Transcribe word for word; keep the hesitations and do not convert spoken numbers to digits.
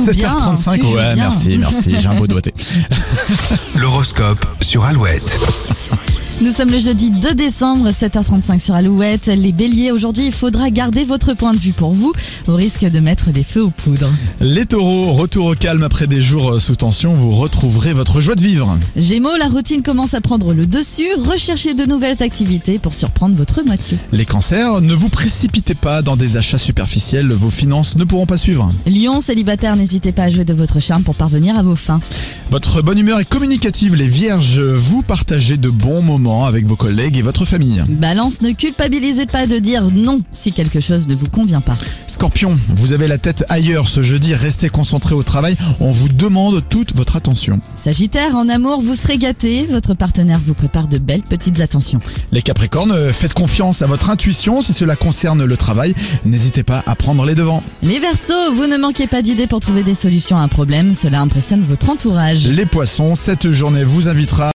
sept heures trente-cinq, bien, ouais, bien. merci, merci, j'ai un beau doigté. L'horoscope sur Alouette. Nous sommes le jeudi deux décembre, sept heures trente-cinq sur Alouette. Les béliers, aujourd'hui, il faudra garder votre point de vue pour vous, au risque de mettre les feux aux poudres. Les taureaux, retour au calme après des jours sous tension, vous retrouverez votre joie de vivre. Gémeaux, la routine commence à prendre le dessus. Recherchez de nouvelles activités pour surprendre votre moitié. Les cancers, ne vous précipitez pas dans des achats superficiels, vos finances ne pourront pas suivre. Lion, célibataire, n'hésitez pas à jouer de votre charme pour parvenir à vos fins. Votre bonne humeur est communicative, les vierges, vous partagez de bons moments avec vos collègues et votre famille. Balance, ne culpabilisez pas de dire non si quelque chose ne vous convient pas. Scorpion, vous avez la tête ailleurs ce jeudi, restez concentré au travail, on vous demande toute votre attention. Sagittaire, en amour, vous serez gâté, votre partenaire vous prépare de belles petites attentions. Les capricornes, faites confiance à votre intuition si cela concerne le travail, n'hésitez pas à prendre les devants. Les Verseaux, vous ne manquez pas d'idées pour trouver des solutions à un problème, cela impressionne votre entourage. Les poissons, cette journée vous invitera